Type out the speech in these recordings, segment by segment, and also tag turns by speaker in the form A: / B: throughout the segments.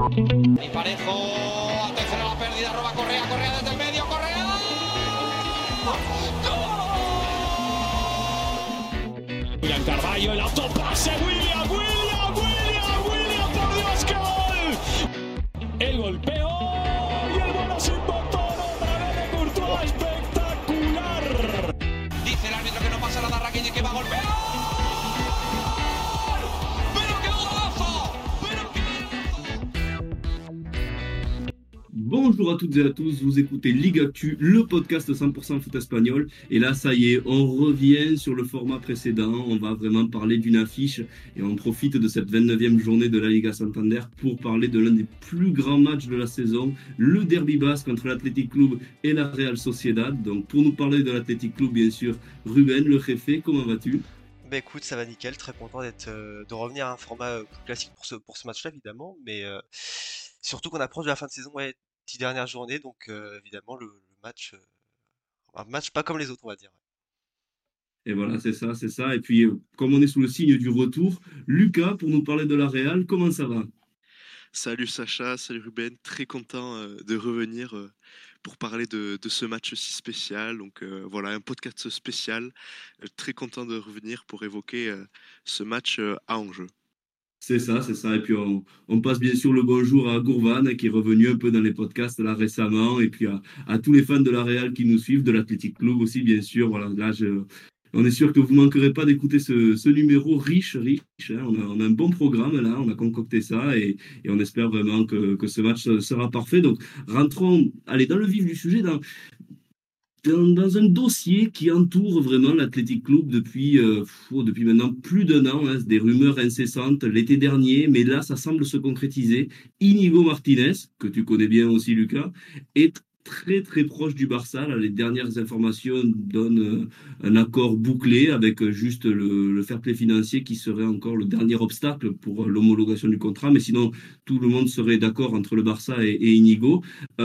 A: Y Parejo, atención a la pérdida, roba Correa, Correa desde el medio, Correa. ¡Gol! William Carvalho, el autopase, William, por Dios, qué gol. El golpeo y el bueno sin motor, otra vez de Courtois, espectacular. Dice el árbitro que no pasa nada, Rakitic que va a golpear.
B: Bonjour à toutes et à tous, vous écoutez Ligue Actu, le podcast 100% foot espagnol. Et là, ça y est, on revient sur le format précédent. On va vraiment parler d'une affiche et on profite de cette 29e journée de la Liga Santander pour parler de l'un des plus grands matchs de la saison, le derby basque entre l'Athletic Club et la Real Sociedad. Donc pour nous parler de l'Athletic Club, bien sûr, Ruben, le Jefe, comment vas-tu?
C: Bah écoute, ça va nickel, très content de revenir à un format plus classique pour ce match-là évidemment, mais surtout qu'on approche de la fin de saison, ouais, 10 dernières journées, donc évidemment le match, un match pas comme les autres on va dire.
B: Et voilà, c'est ça, c'est ça. Et puis, comme on est sous le signe du retour, Lucas, pour nous parler de la Real, comment ça va?
D: Salut Sacha, salut Ruben, très content de revenir pour parler de ce match si spécial. Donc voilà, un podcast spécial. Très content de revenir pour évoquer ce match à enjeu.
B: C'est ça, c'est ça. Et puis, on passe bien sûr le bonjour à Gourvan, qui est revenu un peu dans les podcasts là récemment. Et puis, à tous les fans de la Real qui nous suivent, de l'Athletic Club aussi, bien sûr. Voilà, là, on est sûr que vous ne manquerez pas d'écouter ce numéro riche, riche. Hein. On a un bon programme là, on a concocté ça et on espère vraiment que ce match sera parfait. Donc, rentrons, allez, dans le vif du sujet, dans un dossier qui entoure vraiment l'Athletic Club depuis maintenant plus d'un an, hein, des rumeurs incessantes l'été dernier, mais là, ça semble se concrétiser. Inigo Martinez, que tu connais bien aussi, Lucas, est très très proche du Barça. Là, les dernières informations donnent un accord bouclé avec juste le fair play financier qui serait encore le dernier obstacle pour l'homologation du contrat, mais sinon tout le monde serait d'accord entre le Barça et Inigo.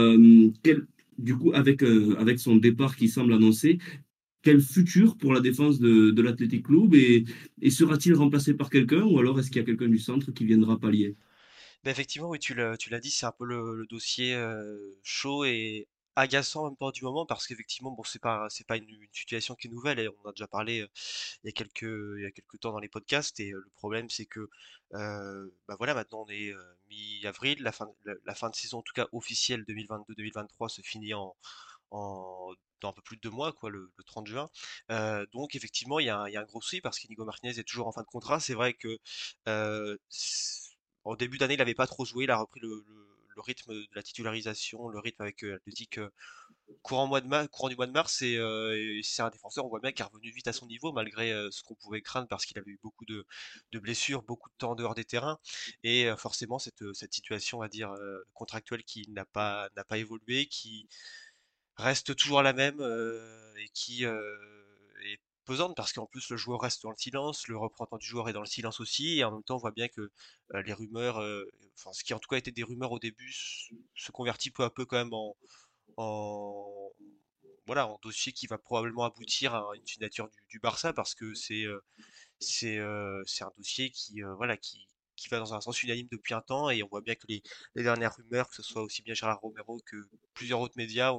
B: Du coup, avec son départ qui semble annoncé, quel futur pour la défense de l'Athletic Club et sera-t-il remplacé par quelqu'un ou alors est-ce qu'il y a quelqu'un du centre qui viendra pallier?
C: Bah effectivement, oui, tu l'as dit, c'est un peu le dossier chaud et agaçant en même temps du moment parce qu'effectivement, bon, c'est pas une situation qui est nouvelle et on en a déjà parlé il y a quelques temps dans les podcasts et le problème c'est que bah voilà, maintenant on est mi-avril, la fin de saison en tout cas officielle 2022-2023 se finit en dans un peu plus de 2 mois, quoi, le 30 juin. Donc effectivement, il y a un gros souci parce qu'Inigo Martinez est toujours en fin de contrat. C'est vrai que euh, en début d'année, il n'avait pas trop joué, il a repris le rythme de la titularisation, le rythme avec Athletic courant du mois de mars et c'est un défenseur, on voit bien, qui est revenu vite à son niveau malgré ce qu'on pouvait craindre parce qu'il avait eu beaucoup de blessures, beaucoup de temps en dehors des terrains et forcément cette situation, on va dire, contractuelle qui n'a pas évolué, qui reste toujours la même et qui est pesante parce qu'en plus le joueur reste dans le silence, le représentant du joueur est dans le silence aussi, et en même temps on voit bien que les rumeurs, enfin ce qui en tout cas était des rumeurs au début, se convertit peu à peu quand même en, voilà, en dossier qui va probablement aboutir à une signature du Barça parce que c'est un dossier qui, voilà, qui va dans un sens unanime depuis un temps et on voit bien que les dernières rumeurs, que ce soit aussi bien Gérard Romero que plusieurs autres médias,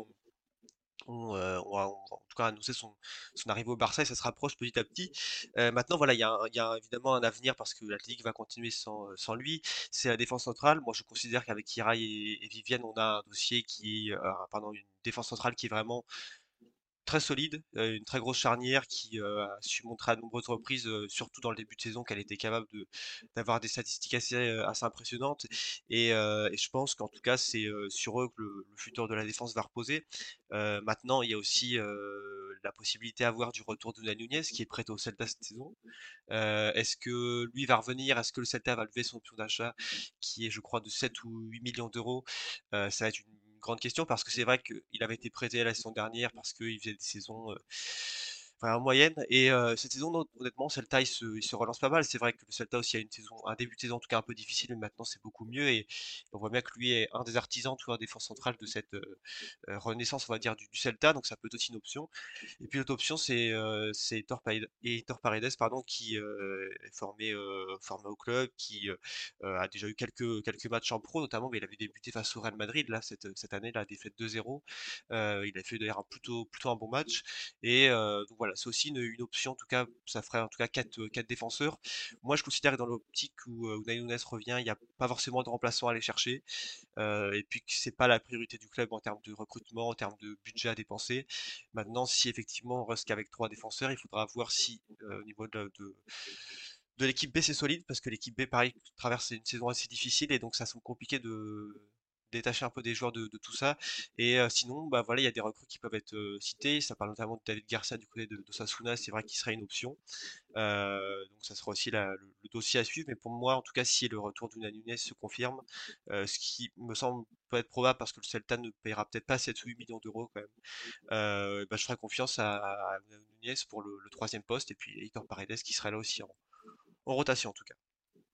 C: ont en tout cas annoncé son arrivée au Barça et ça se rapproche petit à petit. Maintenant, voilà, il y a évidemment un avenir parce que l'Atlético va continuer sans lui. C'est la défense centrale. Moi, je considère qu'avec Irai et Viviane, on a un dossier pardon, une défense centrale qui est vraiment très solide, une très grosse charnière qui a su montrer à de nombreuses reprises, surtout dans le début de saison, qu'elle était capable d'avoir des statistiques assez impressionnantes. Et je pense qu'en tout cas, c'est sur eux que le futur de la défense va reposer. Maintenant, il y a aussi la possibilité à voir du retour de Nunez qui est prêt au Celta cette saison. Est-ce que lui va revenir? Est-ce que le Celta va lever son option d'achat qui est, je crois, de 7 ou 8 millions d'euros? Ça va être une grande question parce que c'est vrai qu'il avait été prêté la saison dernière parce qu'il faisait des saisons enfin, en moyenne. Et cette saison, honnêtement, Celta, il se relance pas mal. C'est vrai que le Celta aussi a un début de saison en tout cas un peu difficile, mais maintenant c'est beaucoup mieux. Et on voit bien que lui est un des artisans, tu vois, en défense centrale de cette renaissance, on va dire, du Celta. Donc ça peut être aussi une option. Et puis l'autre option, c'est Héctor Paredes, pardon, qui est formé au club, qui a déjà eu quelques matchs en pro notamment, mais il avait débuté face au Real Madrid là cette année, la défaite 2-0. Il a fait d'ailleurs plutôt un bon match. Et donc voilà, c'est aussi une option, en tout cas, ça ferait en tout cas quatre défenseurs. Moi, je considère que dans l'optique où Unai Nunez revient, il n'y a pas forcément de remplaçant à aller chercher. Et puis que c'est pas la priorité du club en termes de recrutement, en termes de budget à dépenser. Maintenant, si effectivement on reste qu'avec trois défenseurs, il faudra voir si au niveau de l'équipe B c'est solide, parce que l'équipe B, pareil, traverse une saison assez difficile et donc ça semble compliqué de détacher un peu des joueurs de tout ça. Et sinon, bah voilà, il y a des recrues qui peuvent être citées. Ça parle notamment de David Garcia du côté de Sasuna, c'est vrai qu'il serait une option. Donc ça sera aussi le dossier à suivre. Mais pour moi, en tout cas, si le retour d'Unai Nunez se confirme, ce qui me semble peut être probable parce que le Celta ne payera peut-être pas 7 ou 8 millions d'euros quand même, bah, je ferai confiance à Unai Nunez pour le troisième poste et puis Héctor Paredes qui sera là aussi en rotation en tout cas.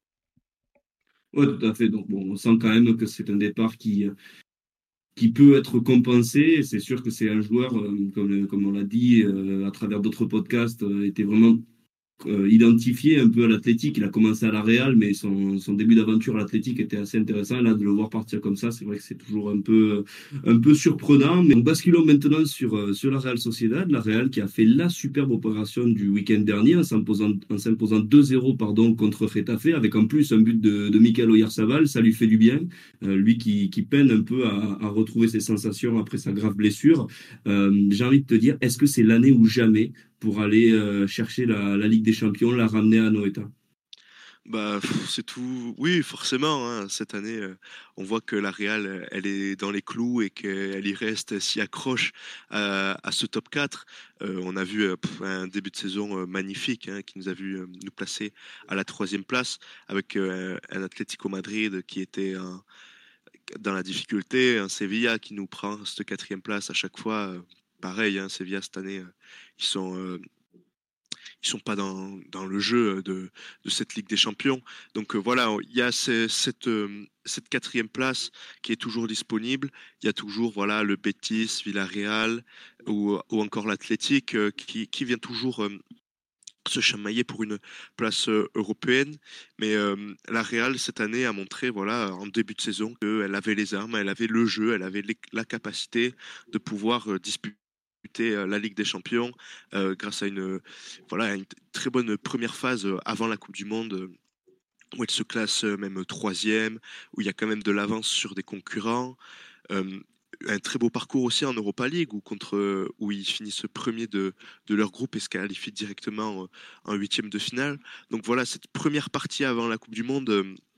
B: Ouais, tout à fait. Donc, bon, on sent quand même que c'est un départ qui peut être compensé. Et c'est sûr que c'est un joueur, comme on l'a dit à travers d'autres podcasts, était vraiment identifié un peu à l'Athletic. Il a commencé à la Real, mais son début d'aventure à l'Athletic était assez intéressant. Là, de le voir partir comme ça, c'est vrai que c'est toujours un peu surprenant. Mais basculons maintenant sur la Real Sociedad, la Real qui a fait la superbe opération du week-end dernier en s'imposant 2-0 pardon, contre Getafe, avec en plus un but de Mikel Oyarzabal. Ça lui fait du bien, lui qui peine un peu à retrouver ses sensations après sa grave blessure. J'ai envie de te dire, est-ce que c'est l'année ou jamais pour aller chercher la Ligue des Champions, la ramener à Anoeta?
D: Bah, c'est tout. Oui, forcément, hein. Cette année, on voit que la Real, elle est dans les clous et qu'elle y reste, s'y accroche à ce top 4. On a vu un début de saison magnifique, hein, qui nous a vu nous placer à la troisième place avec un Atlético Madrid qui était dans la difficulté, un Sevilla qui nous prend cette quatrième place à chaque fois. Pareil, hein, Sevilla cette année, ils sont ils sont pas dans le jeu de cette Ligue des Champions. Donc voilà, il y a cette quatrième place qui est toujours disponible. Il y a toujours voilà le Betis, Villarreal ou encore l'Athletic qui vient toujours se chamailler pour une place européenne. Mais la Real, cette année, a montré, voilà, en début de saison, qu'elle avait les armes, elle avait le jeu, elle avait la capacité de pouvoir disputer la Ligue des Champions grâce à voilà, une très bonne première phase avant la Coupe du Monde. Où elle se classe même troisième, où il y a quand même de l'avance sur des concurrents. Euh, un très beau parcours aussi en Europa League où ils finissent premier de leur groupe et se qualifient directement en huitième de finale. Donc voilà, cette première partie avant la Coupe du Monde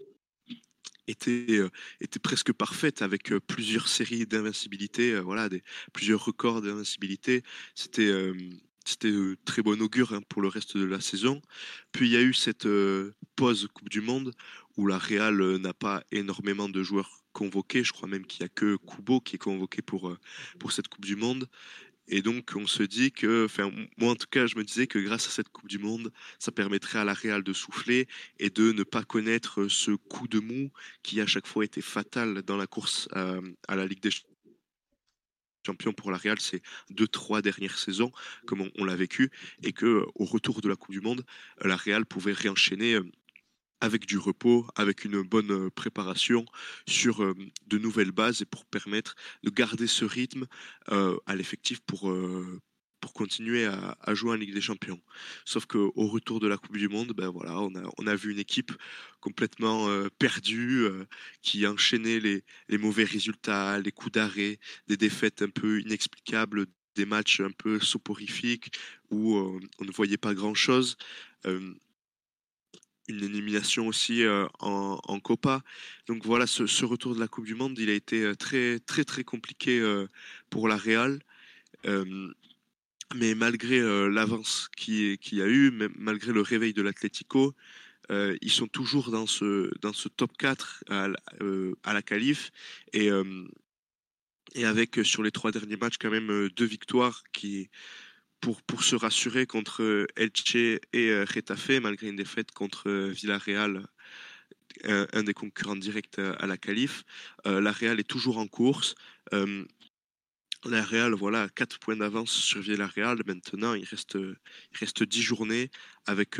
D: était presque parfaite avec plusieurs séries d'invincibilité, voilà, plusieurs records d'invincibilité. C'était très bon augure hein, pour le reste de la saison. Puis il y a eu cette pause Coupe du Monde où la Real n'a pas énormément de joueurs convoqués. Je crois même qu'il n'y a que Kubo qui est convoqué pour cette Coupe du Monde. Et donc, on se dit que, enfin, moi en tout cas, je me disais que grâce à cette Coupe du Monde, ça permettrait à la Real de souffler et de ne pas connaître ce coup de mou qui à chaque fois était fatal dans la course à la Ligue des Champions pour la Real ces 2-3 dernières saisons, comme on l'a vécu, et que au retour de la Coupe du Monde, la Real pouvait réenchaîner avec du repos, avec une bonne préparation sur de nouvelles bases et pour permettre de garder ce rythme à l'effectif pour continuer à jouer en Ligue des Champions. Sauf qu'au retour de la Coupe du Monde, ben voilà, on a vu une équipe complètement perdue qui enchaînait les mauvais résultats, les coups d'arrêt, des défaites un peu inexplicables, des matchs un peu soporifiques où on ne voyait pas grand-chose. Euh, une élimination aussi en Copa. Donc voilà, ce retour de la Coupe du Monde, il a été très très très compliqué pour la Real. Euh, mais malgré l'avance qu'il y a eu, même malgré le réveil de l'Atlético, ils sont toujours dans ce top 4 à la qualif. Et avec sur les 3 derniers matchs quand même 2 victoires pour se rassurer contre Elche et Getafe, malgré une défaite contre Villarreal, un des concurrents directs à la qualif. La Real est toujours en course. Euh, la Real, voilà, 4 points d'avance sur Villarreal. Maintenant, il reste 10 journées avec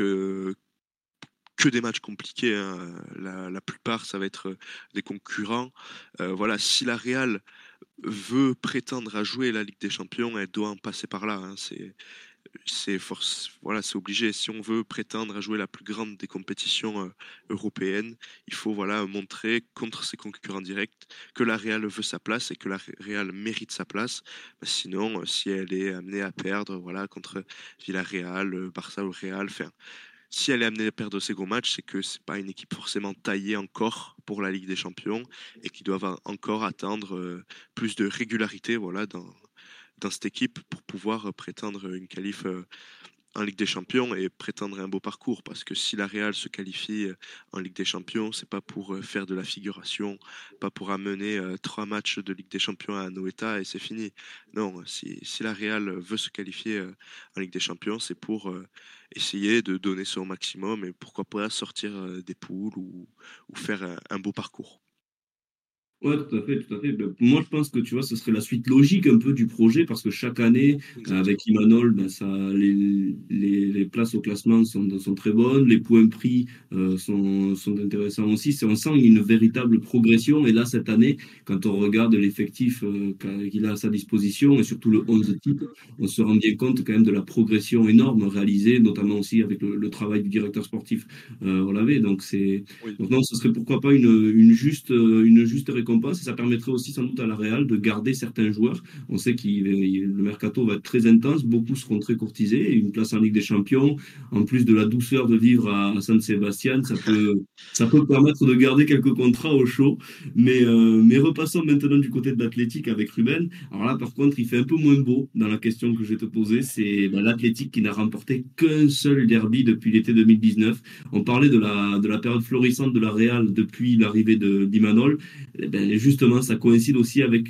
D: que des matchs compliqués, hein. La plupart, ça va être des concurrents. Voilà, si la Real veut prétendre à jouer la Ligue des Champions, elle doit en passer par là, hein. Voilà, c'est obligé. Si on veut prétendre à jouer la plus grande des compétitions européennes, il faut voilà montrer contre ses concurrents directs que la Real veut sa place et que la Real mérite sa place. Bah, sinon, si elle est amenée à perdre, voilà, contre Villarreal, Barça ou Real, enfin, si elle est amenée à perdre ses gros matchs, c'est que c'est pas une équipe forcément taillée encore pour la Ligue des Champions et qui doivent encore attendre plus de régularité, voilà, dans cette équipe pour pouvoir prétendre une qualif en Ligue des Champions et prétendre un beau parcours. Parce que si la Real se qualifie en Ligue des Champions, c'est pas pour faire de la figuration, pas pour amener 3 matchs de Ligue des Champions à Anoeta et c'est fini. Non, si la Real veut se qualifier en Ligue des Champions, c'est pour essayer de donner son maximum et pourquoi pas sortir des poules ou faire un beau parcours.
B: Ouais, tout à fait, tout à fait. Ben, moi, je pense que tu vois, ce serait la suite logique un peu du projet parce que chaque année,
D: Exactement.
B: avec Imanol, ben, les places au classement sont très bonnes, les points pris sont intéressants aussi. On sent une véritable progression. Et là, cette année, quand on regarde l'effectif qu'il a à sa disposition et surtout le 11 type, on se rend bien compte quand même de la progression énorme réalisée, notamment aussi avec le travail du directeur sportif Olavé.
D: Oui.
B: Donc non, ce serait pourquoi pas une juste récompense et ça permettrait aussi sans doute à la Real de garder certains joueurs. On sait que le mercato va être très intense, beaucoup seront très courtisés et une place en Ligue des Champions, en plus de la douceur de vivre à San Sebastian, ça peut permettre de garder quelques contrats au chaud. Mais repassons maintenant du côté de l'Athletic avec Ruben. Alors là, par contre, il fait un peu moins beau dans la question que je vais te poser. C'est l'Athletic qui n'a remporté qu'un seul derby depuis l'été 2019. On parlait de la période florissante de la Real depuis l'arrivée d'Imanol. Eh ben, justement, ça coïncide aussi avec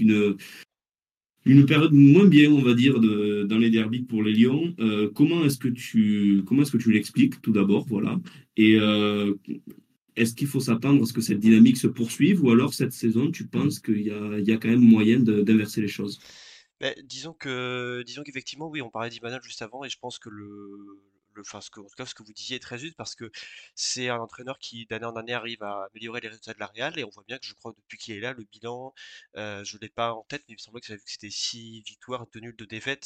B: une période moins bien, on va dire, dans les derbys pour les Lions. Comment est-ce que tu l'expliques, tout d'abord, voilà. Et est-ce qu'il faut s'attendre à ce que cette dynamique se poursuive ou alors cette saison, tu penses qu'il y a quand même moyen d'inverser les choses?
C: Mais disons qu'effectivement, oui, on parlait d'Imanol juste avant, et je pense que enfin, en tout cas, ce que vous disiez est très juste parce que c'est un entraîneur qui, d'année en année, arrive à améliorer les résultats de la Real, et on voit bien que je crois que depuis qu'il est là, le bilan, je l'ai pas en tête, mais il me semblait que j'avais vu que c'était 6 victoires, 2 nuls, 2 défaites,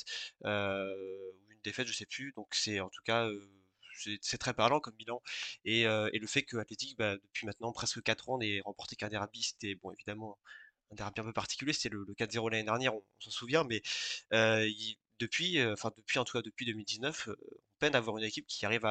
C: ou une défaite, je sais plus, donc c'est en tout cas, c'est très parlant comme bilan, et le fait que Athletic, bah, depuis maintenant presque 4 ans, n'ait remporté qu'un derby, c'était, bon, évidemment, un derby un peu particulier, c'était le 4-0 l'année dernière, on s'en souvient, mais enfin depuis en tout cas depuis 2019, on peine à avoir une équipe qui arrive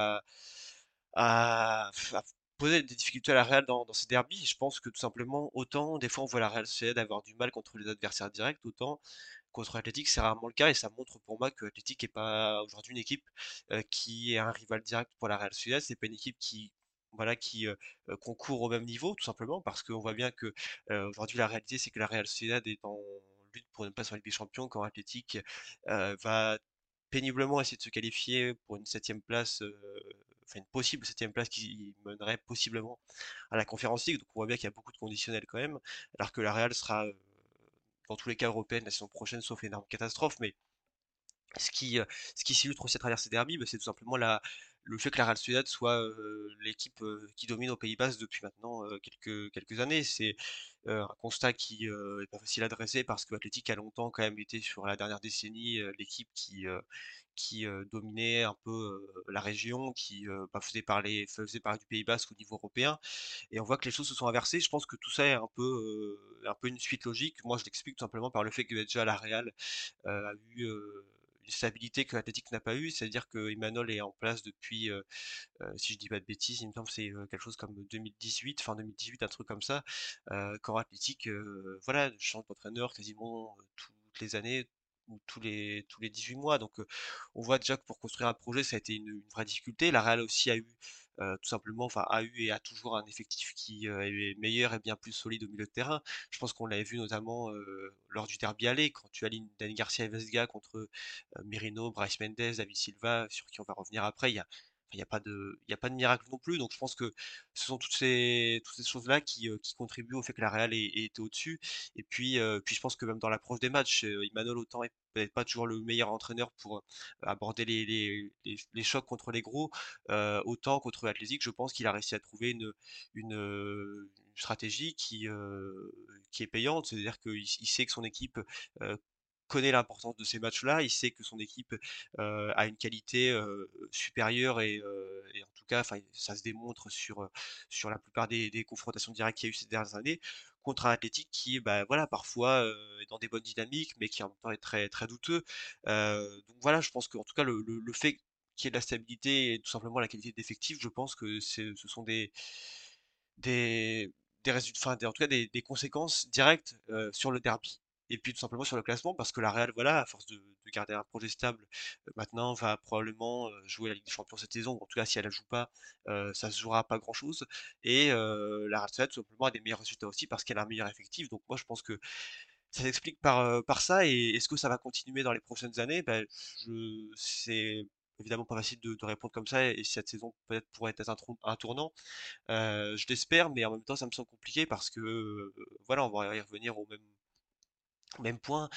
C: à poser des difficultés à la Real dans ces derbys. Et je pense que tout simplement, autant des fois on voit la Real Sociedad avoir du mal contre les adversaires directs, autant contre Athletic c'est rarement le cas, et ça montre pour moi que Athletic n'est pas aujourd'hui une équipe qui est un rival direct pour la Real Sociedad. C'est pas une équipe qui voilà qui concourt au même niveau, tout simplement parce qu'on voit bien que aujourd'hui la réalité c'est que la Real Sociedad est en lutte pour une place en Ligue des Champions, quand Athletic va péniblement essayer de se qualifier pour une septième place, enfin une possible septième place qui mènerait possiblement à la Conference League. Donc on voit bien qu'il y a beaucoup de conditionnels quand même, alors que la Real sera dans tous les cas européenne la saison prochaine, sauf énorme catastrophe. Mais ce qui, euh, ce qui s'illustre aussi à travers ces derbies, bah, c'est tout simplement le fait que la Real Sociedad soit l'équipe qui domine au Pays Basque depuis maintenant quelques années. C'est un constat qui est pas facile à dresser parce que l'Athletic a longtemps quand même été sur la dernière décennie l'équipe qui dominait un peu la région, qui bah, faisait parler du Pays Basque au niveau européen. Et on voit que les choses se sont inversées. Je pense que tout ça est un peu une suite logique. Moi, je l'explique tout simplement par le fait que déjà la Real a eu une stabilité que l'Athletic n'a pas eu, c'est-à-dire que Imanol est en place depuis, si je dis pas de bêtises, il me semble que c'est quelque chose comme 2018, fin 2018, un truc comme ça, quand Athletic, voilà, change d'entraîneur quasiment toutes les années ou tous les 18 mois. Donc on voit déjà que pour construire un projet, ça a été une vraie difficulté. La Real aussi a eu tout simplement, enfin, a eu et a toujours un effectif qui est meilleur et bien plus solide au milieu de terrain. Je pense qu'on l'avait vu notamment lors du derby aller, quand tu alignes Dani Garcia et Vesga contre Merino, Bryce Mendes, David Silva, sur qui on va revenir après. Il y a pas de miracle non plus. Donc je pense que ce sont toutes ces choses-là qui contribuent au fait que la Real ait été au-dessus. Et puis je pense que même dans l'approche des matchs, Imanol autant est peut-être pas toujours le meilleur entraîneur pour aborder les chocs contre les gros, autant contre l'Athletic, je pense qu'il a réussi à trouver une stratégie qui est payante. C'est-à-dire qu'il sait que son équipe connaît l'importance de ces matchs-là, il sait que son équipe a une qualité supérieure et en tout cas, enfin, ça se démontre sur la plupart des confrontations directes qu'il y a eu ces dernières années contre un Athletic qui, bah, voilà, parfois est dans des bonnes dynamiques, mais qui en même temps est très, très douteux. Donc voilà, je pense qu'en tout cas, le fait qu'il y ait de la stabilité et tout simplement la qualité d'effectif, je pense que ce sont des, des résultats, enfin, en tout cas des conséquences directes sur le derby. Et puis tout simplement sur le classement, parce que la Real, voilà, à force de garder un projet stable, maintenant va probablement jouer la Ligue des Champions cette saison. En tout cas, si elle ne joue pas, ça se jouera pas grand-chose. Et la Real Sociedad, tout simplement, a des meilleurs résultats aussi parce qu'elle a un meilleur effectif. Donc moi, je pense que ça s'explique par ça. Et est-ce que ça va continuer dans les prochaines années? Ben, c'est évidemment pas facile de répondre comme ça. Et cette saison peut-être pourrait être un tournant. Je l'espère, mais en même temps, ça me semble compliqué parce que, voilà, on va y revenir au même point.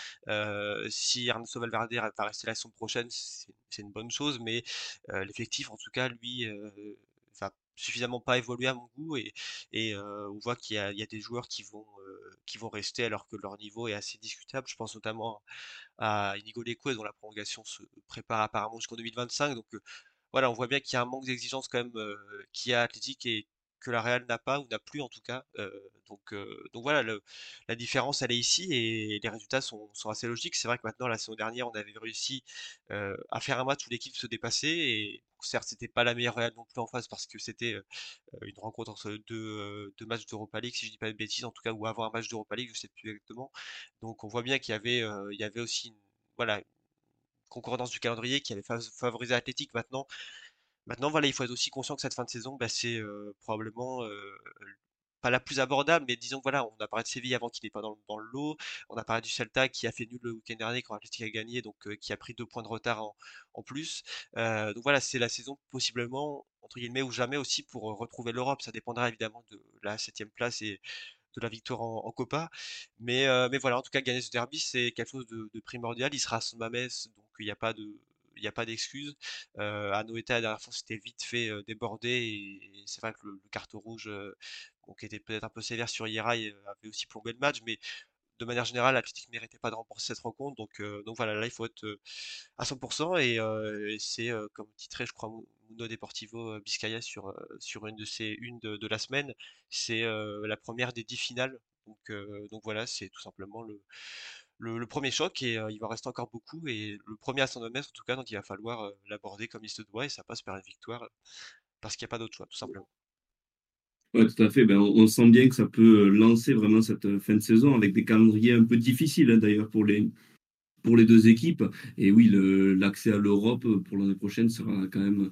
C: Si Ernesto Valverde va rester la saison prochaine, c'est une bonne chose, mais l'effectif, en tout cas, lui, va suffisamment pas évoluer à mon goût et on voit qu'il y a des joueurs qui vont rester alors que leur niveau est assez discutable. Je pense notamment à Inigo Leque dont la prolongation se prépare apparemment jusqu'en 2025. Donc voilà, on voit bien qu'il y a un manque d'exigence quand même qui a Athletic et que la Real n'a pas ou n'a plus en tout cas. Donc voilà, la différence elle est ici et les résultats sont assez logiques. C'est vrai que maintenant la saison dernière on avait réussi à faire un match où l'équipe se dépassait et certes c'était pas la meilleure Real non plus en face parce que c'était une rencontre entre deux matchs d'Europa League si je dis pas de bêtises en tout cas ou avant un match d'Europa League je sais plus exactement. Donc on voit bien qu'il y avait aussi voilà, une concordance du calendrier qui avait favorisé l'Athletic. Maintenant, voilà, il faut être aussi conscient que cette fin de saison, bah, c'est probablement pas la plus abordable, mais disons que voilà, on a parlé de Séville avant qui n'est pas dans le lot, on a parlé du Celta qui a fait nul le week-end dernier quand l'Athletic a gagné, donc qui a pris 2 points de retard en plus. Donc voilà, c'est la saison possiblement, entre guillemets, ou jamais aussi pour retrouver l'Europe. Ça dépendra évidemment de la septième place et de la victoire en Copa. Mais voilà, en tout cas, gagner ce derby, c'est quelque chose de primordial. Il sera à San Mamés, donc il y a pas d'excuse. Anoeta, la dernière fois, c'était vite fait déborder et c'est vrai que le carton rouge, bon, qui était peut-être un peu sévère sur Yeray, avait aussi plombé le match, mais de manière générale, l'Atlético ne méritait pas de remporter cette rencontre. Donc voilà, là, il faut être à 100% et c'est, comme titré, je crois, Mundo Deportivo Biscaya sur une de la semaine, c'est la première des 10 finales. Donc voilà, c'est tout simplement le premier choc et il va en rester encore beaucoup. Et le premier à 109 mètres, en tout cas, donc il va falloir l'aborder comme il se doit et ça passe par une victoire parce qu'il n'y a pas d'autre choix, tout simplement.
B: Ouais, tout à fait. Ben, on sent bien que ça peut lancer vraiment cette fin de saison avec des calendriers un peu difficiles, hein, d'ailleurs, pour les deux équipes. Et oui, l'accès à l'Europe pour l'année prochaine sera quand même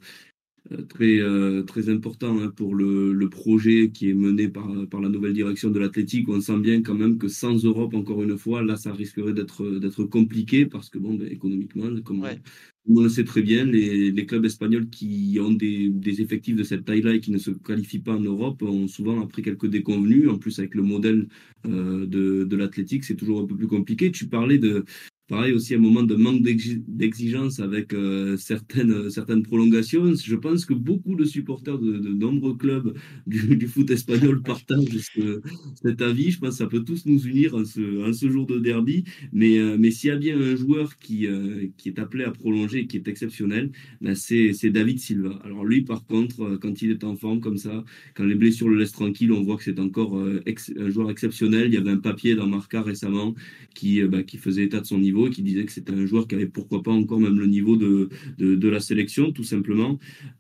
B: très important, hein, pour le projet qui est mené par la nouvelle direction de l'Athletic. On sent bien quand même que sans Europe, encore une fois, là, ça risquerait d'être compliqué parce que, bon, ben, économiquement,
C: Ouais,
B: comme on le sait très bien, les clubs espagnols qui ont des effectifs de cette taille-là et qui ne se qualifient pas en Europe ont souvent appris quelques déconvenues. En plus, avec le modèle de l'Athletic, c'est toujours un peu plus compliqué. Tu parlais de pareil aussi un moment de manque d'exigence avec certaines prolongations. Je pense que beaucoup de supporters de nombreux clubs du foot espagnol
C: ouais,
B: partagent cet avis. Je pense que ça peut tous nous unir en ce jour de derby. Mais s'il y a bien un joueur qui est appelé à prolonger et qui est exceptionnel, ben c'est David Silva. Alors lui, par contre, quand il est en forme comme ça, quand les blessures le laissent tranquille, on voit que c'est encore un joueur exceptionnel. Il y avait un papier dans Marca récemment qui faisait état de son niveau et qui disait que c'était un joueur qui avait pourquoi pas encore même le niveau de la sélection, tout simplement.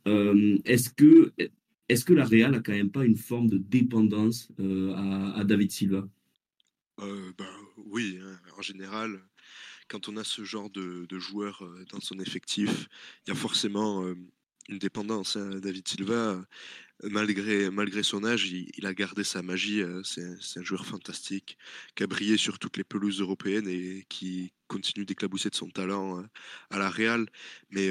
B: Est-ce que la Real a quand même pas une forme de dépendance à David Silva?
D: Ben, oui, hein, en général, quand on a ce genre de joueur dans son effectif, il y a forcément une dépendance, hein. David Silva, malgré son âge, il a gardé sa magie. C'est un joueur fantastique qui a brillé sur toutes les pelouses européennes et qui continue d'éclabousser de son talent à la Real. Mais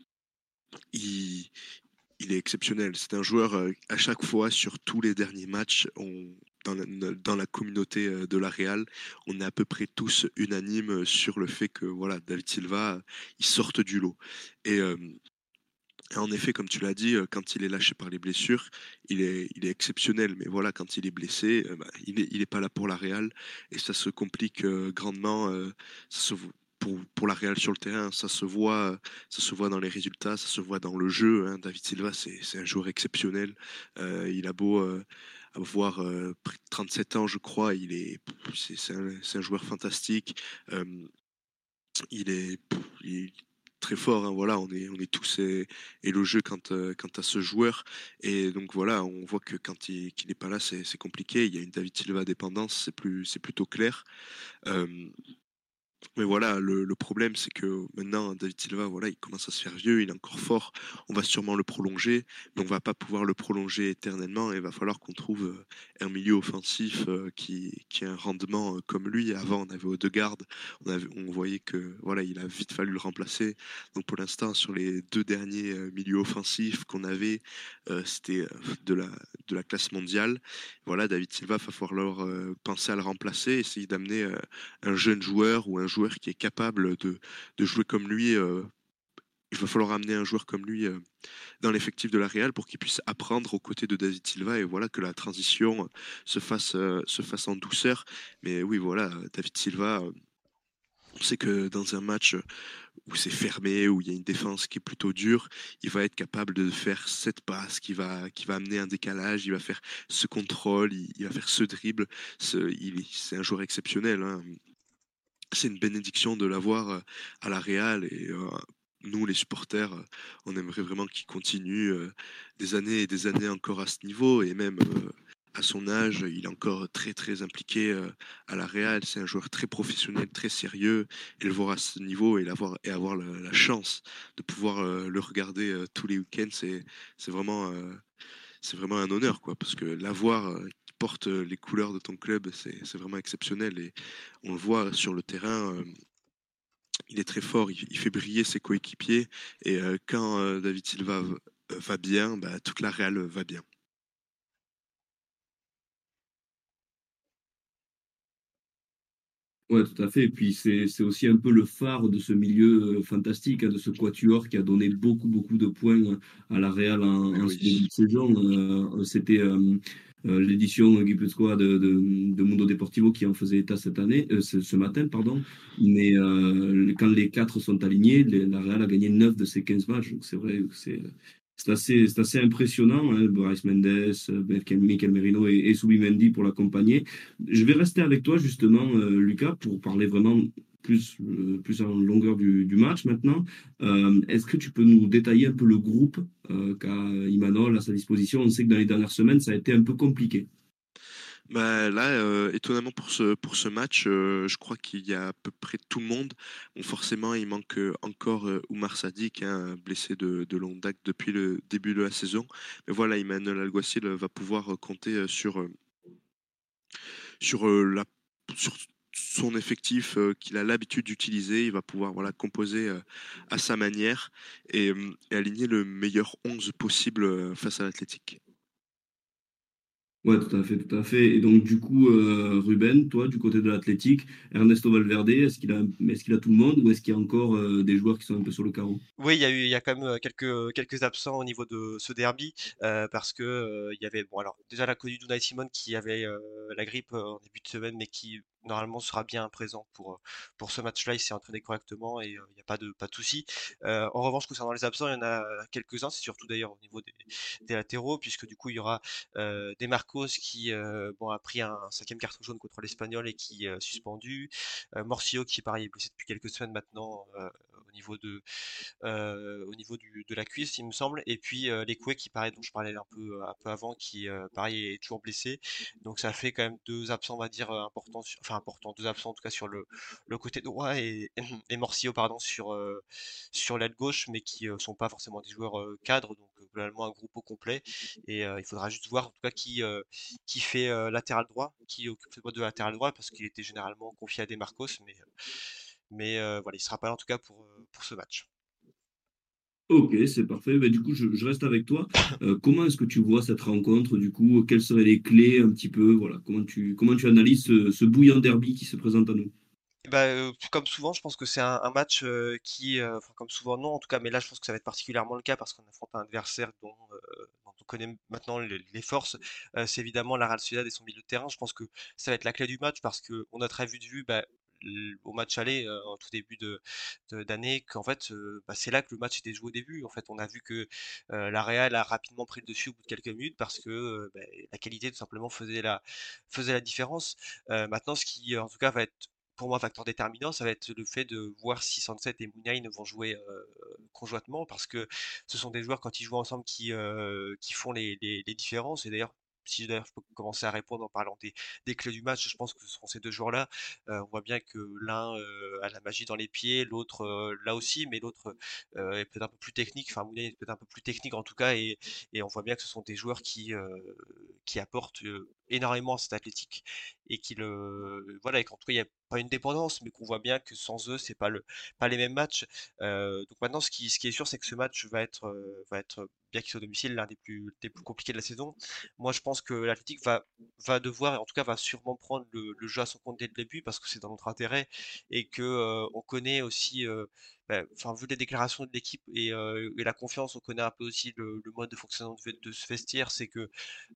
D: il, il est exceptionnel. C'est un joueur, à chaque fois, sur tous les derniers matchs, dans la communauté de la Real, on est à peu près tous unanimes sur le fait que voilà, David Silva, il sorte du lot. Et en effet, comme tu l'as dit, quand il est lâché par les blessures, il est exceptionnel. Mais voilà, quand il est blessé, bah, il est pas là pour la Real et ça se complique grandement. Ça se vo- pour la Real sur le terrain, ça se voit dans les résultats, ça se voit dans le jeu, hein. David Silva, c'est un joueur exceptionnel. Il a beau avoir près de 37 ans, je crois, c'est un joueur fantastique. Euh, il est très fort, hein, voilà, on est tous élogieux quant à ce joueur. Et donc voilà, on voit que quand qu'il n'est pas là, c'est compliqué. Il y a une David Silva dépendance, c'est plutôt clair. Euh, mais voilà, le problème, c'est que maintenant, David Silva, voilà, il commence à se faire vieux, il est encore fort. On va sûrement le prolonger, mais on va pas pouvoir le prolonger éternellement. Et il va falloir qu'on trouve un milieu offensif qui a un rendement comme lui. Avant, on avait Odegaard, on voyait que voilà, il a vite fallu le remplacer. Donc pour l'instant, sur les deux derniers milieux offensifs qu'on avait, c'était de la classe mondiale. Voilà, David Silva, il va falloir penser à le remplacer, essayer d'amener un jeune joueur ou un joueur qui est capable de jouer comme lui. Il va falloir amener un joueur comme lui dans l'effectif de la Real pour qu'il puisse apprendre aux côtés de David Silva et voilà que la transition se fasse en douceur. Mais oui, voilà, David Silva, on sait que dans un match où c'est fermé, où il y a une défense qui est plutôt dure, il va être capable de faire cette passe qui va amener un décalage, il va faire ce contrôle, il va faire ce dribble. C'est un joueur exceptionnel, hein. C'est une bénédiction de l'avoir à la Real et nous, les supporters, on aimerait vraiment qu'il continue des années et des années encore à ce niveau et même à son âge, il est encore très très impliqué à la Real. C'est un joueur très professionnel, très sérieux et le voir à ce niveau et avoir la chance de pouvoir le regarder tous les week-ends, c'est vraiment un honneur, quoi, parce que l'avoir qui porte les couleurs de ton club, c'est vraiment exceptionnel. Et on le voit sur le terrain, il est très fort, il fait briller ses coéquipiers. Et quand David Silva va bien, bah, toute la Real va bien.
B: Ouais, tout à fait. Et puis c'est aussi un peu le phare de ce milieu fantastique, hein, de ce quatuor qui a donné beaucoup, beaucoup de points à la Real
D: Eh
B: en ce début
D: oui.
B: de saison. C'était l'édition Guipuzcoa de Mundo Deportivo qui en faisait état cette année, ce matin, pardon. Mais quand les quatre sont alignés, la Real a gagné 9 de ses 15 matchs. Donc c'est vrai que c'est assez impressionnant, hein. Bryce Mendes, Mikel Merino et Subimendi pour l'accompagner. Je vais rester avec toi justement, Lucas, pour parler vraiment plus en longueur du match maintenant. Est-ce que tu peux nous détailler un peu le groupe qu'a Imanol à sa disposition? On sait que dans les dernières semaines, ça a été un peu compliqué.
D: Bah, là, étonnamment pour ce match, je crois qu'il y a à peu près tout le monde. Bon, forcément, il manque encore Oumar Sadik, hein, blessé de longue date depuis le début de la saison. Mais voilà, Emmanuel Alguacil va pouvoir compter sur, sur son effectif qu'il a l'habitude d'utiliser. Il va pouvoir voilà, composer à sa manière et aligner le meilleur 11 possible face à l'Athletic.
B: Ouais, tout à fait, tout à fait. Et donc, du coup, Ruben, toi, du côté de l'Athletic, Ernesto Valverde, est-ce qu'il a tout le monde ou est-ce qu'il y a encore des joueurs qui sont un peu sur le carreau?
C: Oui, il y a quand même quelques absents au niveau de ce derby parce que il y avait bon alors déjà l'inconnu d'Unai Simon qui avait la grippe en début de semaine, mais qui normalement sera bien présent pour ce match-là. Il s'est entraîné correctement et il n'y a pas de souci. En revanche, concernant les absents, il y en a quelques-uns. C'est surtout d'ailleurs au niveau des latéraux, puisque du coup il y aura des Marcos qui bon a pris un cinquième carton jaune contre l'Espagnol et qui est suspendu. Morcillo qui pareil est blessé depuis quelques semaines maintenant au niveau de la cuisse, il me semble. Et puis Lekwe qui pareil, dont je parlais un peu avant, qui pareil est toujours blessé. Donc ça fait quand même deux absents, on va dire importants, enfin importants, deux absents en tout cas sur le côté droit et Morsillo pardon sur l'aile gauche, mais qui sont pas forcément des joueurs cadres, donc globalement un groupe au complet. Et il faudra juste voir en tout cas qui fait latéral droit, qui occupe le poste de latéral droit, parce qu'il était généralement confié à Des Marcos, mais voilà, il sera pas là en tout cas pour ce match.
B: Ok, c'est parfait. Ben, du coup, je reste avec toi. Comment est-ce que tu vois cette rencontre? Du coup, quelles seraient les clés un petit peu? Voilà, comment tu analyses ce bouillant derby qui se présente à nous?
C: Bah, comme souvent, je pense que c'est un match enfin comme souvent non en tout cas, mais là je pense que ça va être particulièrement le cas parce qu'on affronte un adversaire dont on connaît maintenant les forces. C'est évidemment la Real Sociedad et son milieu de terrain. Je pense que ça va être la clé du match parce qu'on a très vu bah, au match aller en tout début d'année qu'en fait bah, c'est là que le match était joué au début. En fait, on a vu que la Real a rapidement pris le dessus au bout de quelques minutes parce que bah, la qualité tout simplement faisait la différence. Maintenant, ce qui en tout cas va être pour moi, facteur déterminant, ça va être le fait de voir si Sunset et Moon vont jouer conjointement, parce que ce sont des joueurs quand ils jouent ensemble qui font les différences. Et d'ailleurs, si d'ailleurs je peux commencer à répondre en parlant des clés du match, je pense que ce seront ces deux joueurs-là. On voit bien que l'un a la magie dans les pieds, l'autre là aussi, mais l'autre est peut-être un peu plus technique. Enfin, Moon est peut-être un peu plus technique en tout cas, et on voit bien que ce sont des joueurs qui apportent énormément à cette athlétique et voilà, et qu'en tout cas il n'y a pas une dépendance, mais qu'on voit bien que sans eux c'est pas les mêmes matchs. Donc maintenant ce qui est sûr, c'est que ce match va être bien qu'il soit au domicile, l'un des plus compliqués de la saison. Moi je pense que l'Athletic va devoir, et en tout cas va sûrement prendre le jeu à son compte dès le début, parce que c'est dans notre intérêt, et que on connaît aussi bah, enfin, vu les déclarations de l'équipe et la confiance, on connaît un peu aussi le mode de fonctionnement de ce vestiaire. C'est que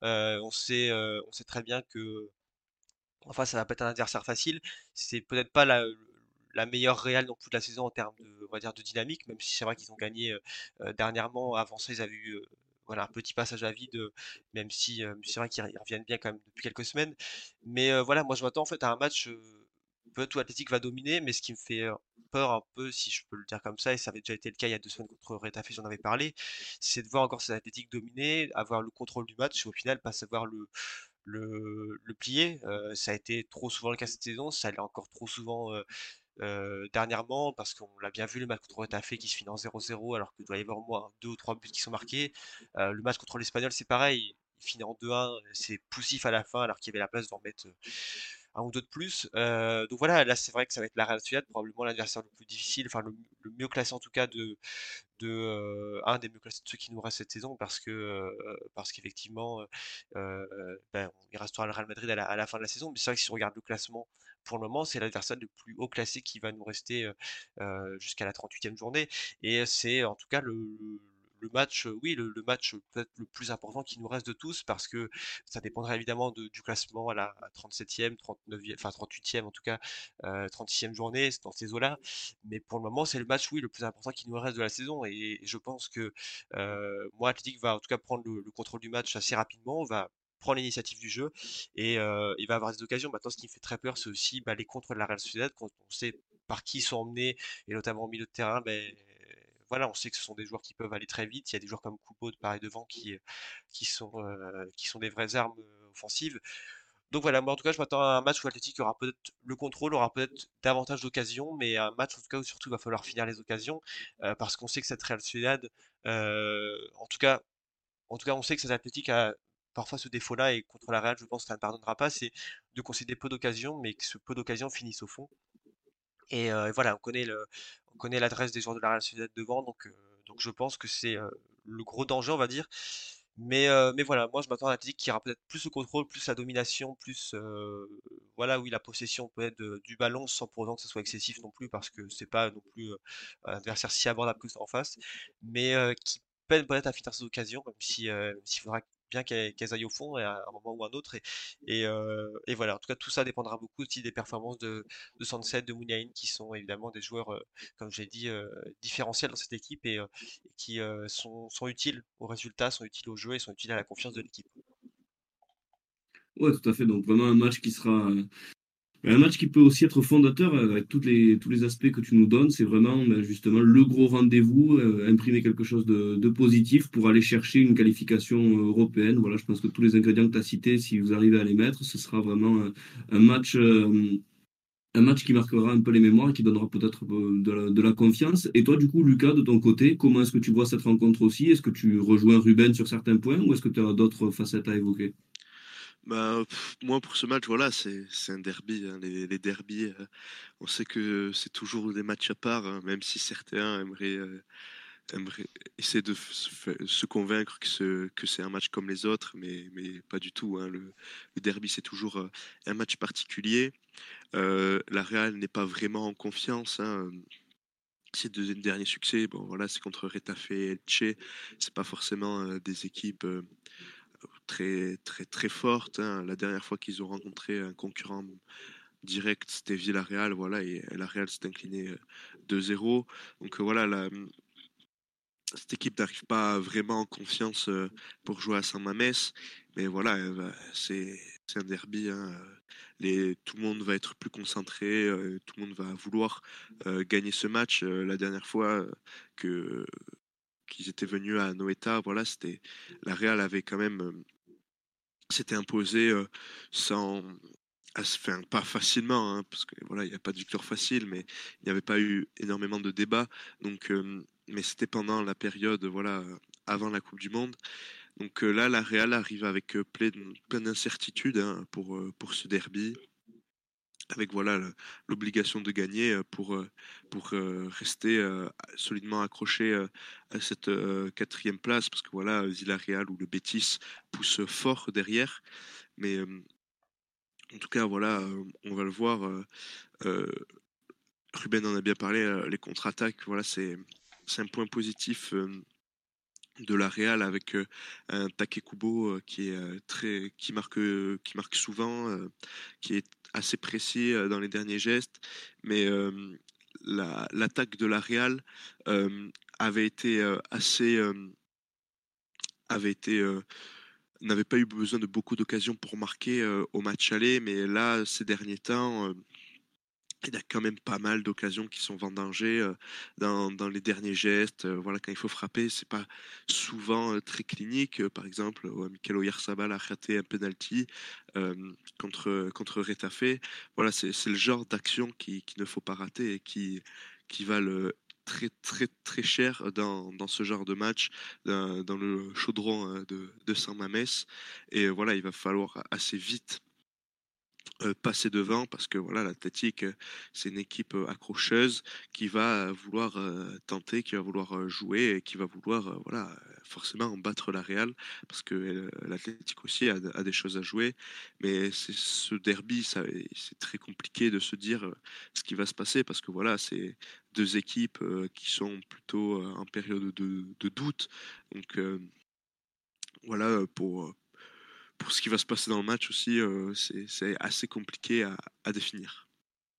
C: on sait très bien que enfin, ça va pas être un adversaire facile. C'est peut-être pas la meilleure réelle non plus de la saison en termes on va dire, de dynamique, même si c'est vrai qu'ils ont gagné dernièrement. Avant ça, ils avaient eu voilà, un petit passage à vide, même si c'est vrai qu'ils reviennent bien quand même depuis quelques semaines. Mais voilà, moi je m'attends en fait à un match peut-être où l'Atlético va dominer, mais ce qui me fait peur un peu, si je peux le dire comme ça, et ça avait déjà été le cas il y a 2 semaines contre Retafe, j'en avais parlé, c'est de voir encore cet Atlético dominer, avoir le contrôle du match, et au final pas savoir le plier. Ça a été trop souvent le cas cette saison, ça l'est encore trop souvent dernièrement, parce qu'on l'a bien vu, le match contre Retafe qui se finit en 0-0 alors qu'il doit y avoir au moins 2 ou 3 buts qui sont marqués. Le match contre l'Espagnol, c'est pareil, il finit en 2-1, c'est poussif à la fin alors qu'il y avait la place d'en mettre un ou deux de plus. Donc voilà, là c'est vrai que ça va être la Real Sociedad, probablement l'adversaire le plus difficile, enfin le mieux classé en tout cas un des mieux classés de ceux qui nous restent cette saison, parce qu'effectivement ben, il restera le Real Madrid à la fin de la saison. Mais c'est vrai que si on regarde le classement pour le moment, c'est l'adversaire le plus haut classé qui va nous rester jusqu'à la 38e journée, et c'est en tout cas le match, oui, le match peut-être le plus important qui nous reste de tous, parce que ça dépendra évidemment du classement à la 37e, 39e, enfin 38e en tout cas, 36e journée, c'est dans ces eaux-là. Mais pour le moment, c'est le match, oui, le plus important qui nous reste de la saison. Et je pense que moi, Athletic va en tout cas prendre le contrôle du match assez rapidement, va prendre l'initiative du jeu, et il va avoir des occasions. Maintenant, ce qui me fait très peur, c'est aussi bah, les contres de la Real Sociedad, quand on sait par qui ils sont emmenés, et notamment au milieu de terrain. Ben, voilà, on sait que ce sont des joueurs qui peuvent aller très vite. Il y a des joueurs comme Coupeau de pareil devant qui sont des vraies armes offensives. Donc voilà, moi en tout cas, je m'attends à un match où l'Athletic aura peut-être le contrôle, aura peut-être davantage d'occasions, mais un match en tout cas où surtout il va falloir finir les occasions, parce qu'on sait que cette Real Sociedad, en tout cas, on sait que cette Athletic a parfois ce défaut-là, et contre la Real, je pense que ça ne pardonnera pas, c'est de concéder peu d'occasions, mais que ce peu d'occasions finissent au fond. Et voilà, on connaît l'adresse des joueurs de la Real Sociedad devant, donc je pense que c'est le gros danger, on va dire. Mais voilà, moi je m'attends à un Athletic qui aura peut-être plus le contrôle, plus la domination, plus voilà, oui, la possession peut-être du ballon, sans pour autant que ce soit excessif non plus, parce que c'est pas non plus un adversaire si abordable que ça en face, mais qui peine peut-être à finir ses occasions, même s'il faudra bien qu'elles aillent au fond à un moment ou un autre. Et voilà, en tout cas, tout ça dépendra beaucoup aussi des performances de Sunset, de Mouniaïn, qui sont évidemment des joueurs, comme j'ai dit, différentiels dans cette équipe, et qui sont utiles aux résultats, sont utiles au jeu et sont utiles à la confiance de l'équipe.
B: Ouais, tout à fait. Donc vraiment un match Un match qui peut aussi être fondateur avec tous les aspects que tu nous donnes, c'est vraiment justement le gros rendez-vous, imprimer quelque chose de positif pour aller chercher une qualification européenne. Voilà, je pense que tous les ingrédients que tu as cités, si vous arrivez à les mettre, ce sera vraiment un match, un match qui marquera un peu les mémoires et qui donnera peut-être de la confiance. Et toi, du coup, Lucas, de ton côté, comment est-ce que tu vois cette rencontre aussi? Est-ce que tu rejoins Ruben sur certains points ou est-ce que tu as d'autres facettes à évoquer?
D: Bah, moi pour ce match, voilà, c'est un derby, hein. Les derbys, on sait que c'est toujours des matchs à part, hein, même si certains aimeraient essayer de se convaincre que c'est un match comme les autres, mais pas du tout, hein. Le derby, c'est toujours un match particulier. La Real n'est pas vraiment en confiance, hein. Ses deux derniers succès, bon voilà, c'est contre Retafe et Elche. C'est pas forcément des équipes très fortes, hein. La dernière fois qu'ils ont rencontré un concurrent direct, c'était Villarreal, voilà, et la Real s'est incliné 2-0. Donc voilà, cette équipe n'arrive pas vraiment en confiance pour jouer à San Mamés, mais voilà, c'est un derby, hein. Tout le monde va être plus concentré, tout le monde va vouloir gagner ce match. La dernière fois que qu'ils étaient venus à Noeta, voilà, la Real avait quand même s'était imposé sans enfin, pas facilement, hein, parce que voilà, il n'y a pas de victoire facile, mais il n'y avait pas eu énormément de débats. Donc, mais c'était pendant la période, voilà, avant la Coupe du Monde. Donc là, la Real arrive avec plein d'incertitudes, hein, pour ce derby, avec voilà l'obligation de gagner pour rester solidement accroché à cette quatrième place, parce que voilà, Villarreal ou le Betis poussent fort derrière. Mais en tout cas, voilà, on va le voir. Euh, Ruben en a bien parlé, les contre-attaques, voilà, c'est un point positif de la Real avec un Take Kubo qui est qui marque souvent, qui est assez précis dans les derniers gestes, mais l'attaque de la Real euh, avait été assez avait été n'avait pas eu besoin de beaucoup d'occasions pour marquer au match aller, mais là ces derniers temps il y a quand même pas mal d'occasions qui sont vendangées dans les derniers gestes. Voilà, quand il faut frapper, c'est pas souvent très clinique. Par exemple, Mikel Oyarzabal a raté un penalty contre Retafe. Voilà, c'est le genre d'action qu'il ne faut pas rater et qui valent très cher dans ce genre de match, dans le chaudron de San Mamés. Et voilà, il va falloir assez vite passer devant parce que voilà l'Athletic c'est une équipe accrocheuse qui va vouloir tenter, qui va vouloir jouer et qui va vouloir voilà forcément battre la Real parce que l'Athletic aussi a des choses à jouer, mais c'est ce derby c'est très compliqué de se dire ce qui va se passer parce que voilà c'est deux équipes qui sont plutôt en période de doute, donc voilà pour ce qui va se passer dans le match aussi, c'est assez compliqué à définir.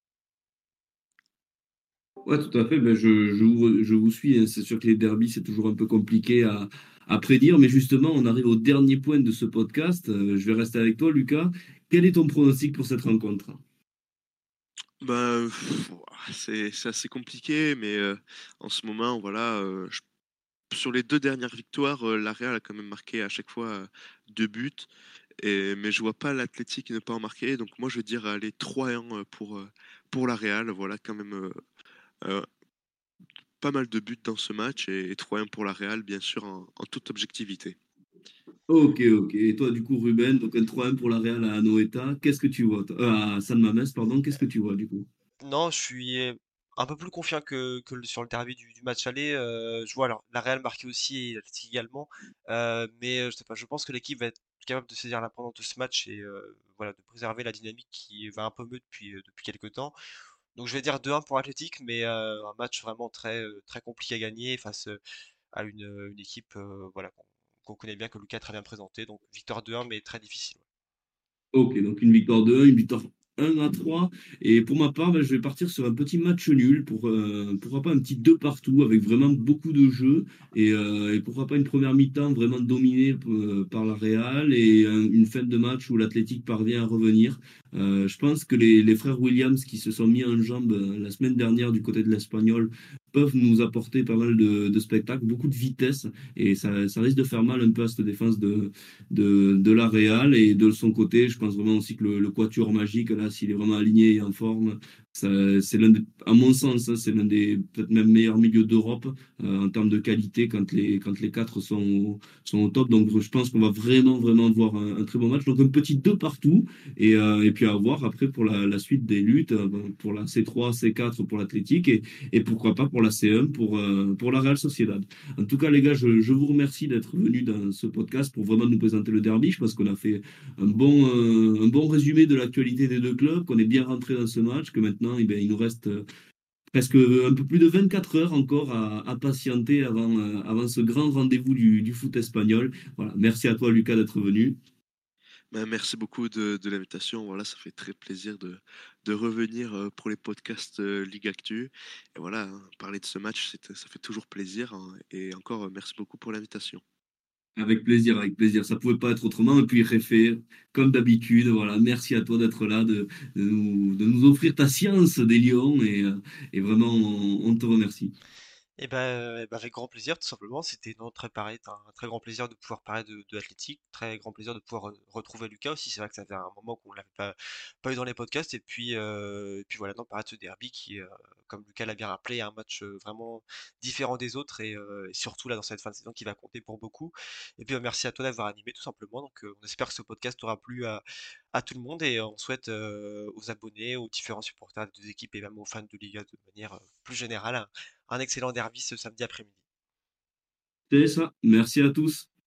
B: Ouais, tout à fait. Ben, je vous suis, hein. C'est sûr que les derbies, c'est toujours un peu compliqué à prédire. Mais justement, on arrive au dernier point de ce podcast. Je vais rester avec toi, Lucas. Quel est ton pronostic pour cette rencontre?
D: Ben, c'est assez compliqué, mais en ce moment, voilà, sur les deux dernières victoires, la Real a quand même marqué à chaque fois deux buts, mais je vois pas l'Athletic ne pas en marquer. Donc moi, je vais dire allez 3-1 pour la Real. Voilà, quand même euh, pas mal de buts dans ce match et 3-1 pour la Real, bien sûr, en toute objectivité.
B: Ok, ok. Et toi, du coup, Ruben, donc un 3-1 pour la Real à Anoeta. Qu'est-ce que tu vois, toi à San Mamés, pardon. Qu'est-ce que tu vois, du coup?
C: Non, je suis un peu plus confiant sur le derby du match aller. Je vois alors la Real marqué aussi et l'Atletico également, mais je sais pas. Je pense que l'équipe va être capable de saisir la pendant de ce match et voilà de préserver la dynamique qui va un peu mieux depuis quelques temps. Donc je vais dire 2-1 pour Athletic, mais un match vraiment très compliqué à gagner face à une équipe voilà qu'on connaît bien, que Lucas a très bien présenté. Donc victoire 2-1, mais très difficile.
B: Ok, donc une victoire 2-1, une victoire 1-3. Et pour ma part, je vais partir sur un petit match nul, pourquoi pas un petit 2 partout avec vraiment beaucoup de jeux. Et pourquoi pas une première mi-temps vraiment dominée par la Real et une fin de match où l'Athletic parvient à revenir. Je pense que les frères Williams qui se sont mis en jambe la semaine dernière du côté de l'Espagnol peuvent nous apporter pas mal de spectacles, beaucoup de vitesse, et ça risque de faire mal un peu à cette défense de la Real. Et de son côté, je pense vraiment aussi que le quatuor magique, là, s'il est vraiment aligné et en forme, c'est à mon sens, hein, c'est l'un des peut-être même meilleurs milieux d'Europe en termes de qualité quand les quatre sont au top. Donc je pense qu'on va vraiment voir un très bon match. Donc un petit 2 partout. Et puis à voir après pour la suite des luttes, pour la C3, C4 pour l'Athletic et pourquoi pas pour la C1 pour la Real Sociedad. En tout cas, les gars, je vous remercie d'être venus dans ce podcast pour vraiment nous présenter le derby. Je pense qu'on a fait un bon résumé de l'actualité des deux clubs, qu'on est bien rentré dans ce match, que maintenant, eh bien, il nous reste presque un peu plus de 24 heures encore à patienter avant ce grand rendez-vous du foot espagnol. Voilà. Merci à toi, Lucas, d'être venu.
D: Ben, merci beaucoup de l'invitation. Voilà, ça fait très plaisir de revenir pour les podcasts Ligue Actu. Et voilà, hein, parler de ce match, ça fait toujours plaisir, hein. Et encore, merci beaucoup pour l'invitation.
B: Avec plaisir, avec plaisir. Ça pouvait pas être autrement. Et puis, Réfé, comme d'habitude, voilà, merci à toi d'être là, de nous offrir ta science des lions. Et vraiment, on te remercie.
C: Bah, avec grand plaisir, tout simplement. C'était non, très pareil, un très grand plaisir de pouvoir parler de l'athlétique, très grand plaisir de pouvoir retrouver Lucas aussi. C'est vrai que ça fait un moment qu'on l'avait pas eu dans les podcasts. Et puis voilà, non, parler de ce derby qui, comme Lucas l'a bien rappelé, est un match vraiment différent des autres et surtout là dans cette fin de saison qui va compter pour beaucoup. Et puis merci à toi d'avoir animé tout simplement. Donc on espère que ce podcast aura plu à tout le monde et on souhaite aux abonnés, aux différents supporters des deux équipes et même aux fans de Liga de manière plus générale un excellent derby ce samedi après-midi.
B: C'est ça. Merci à tous.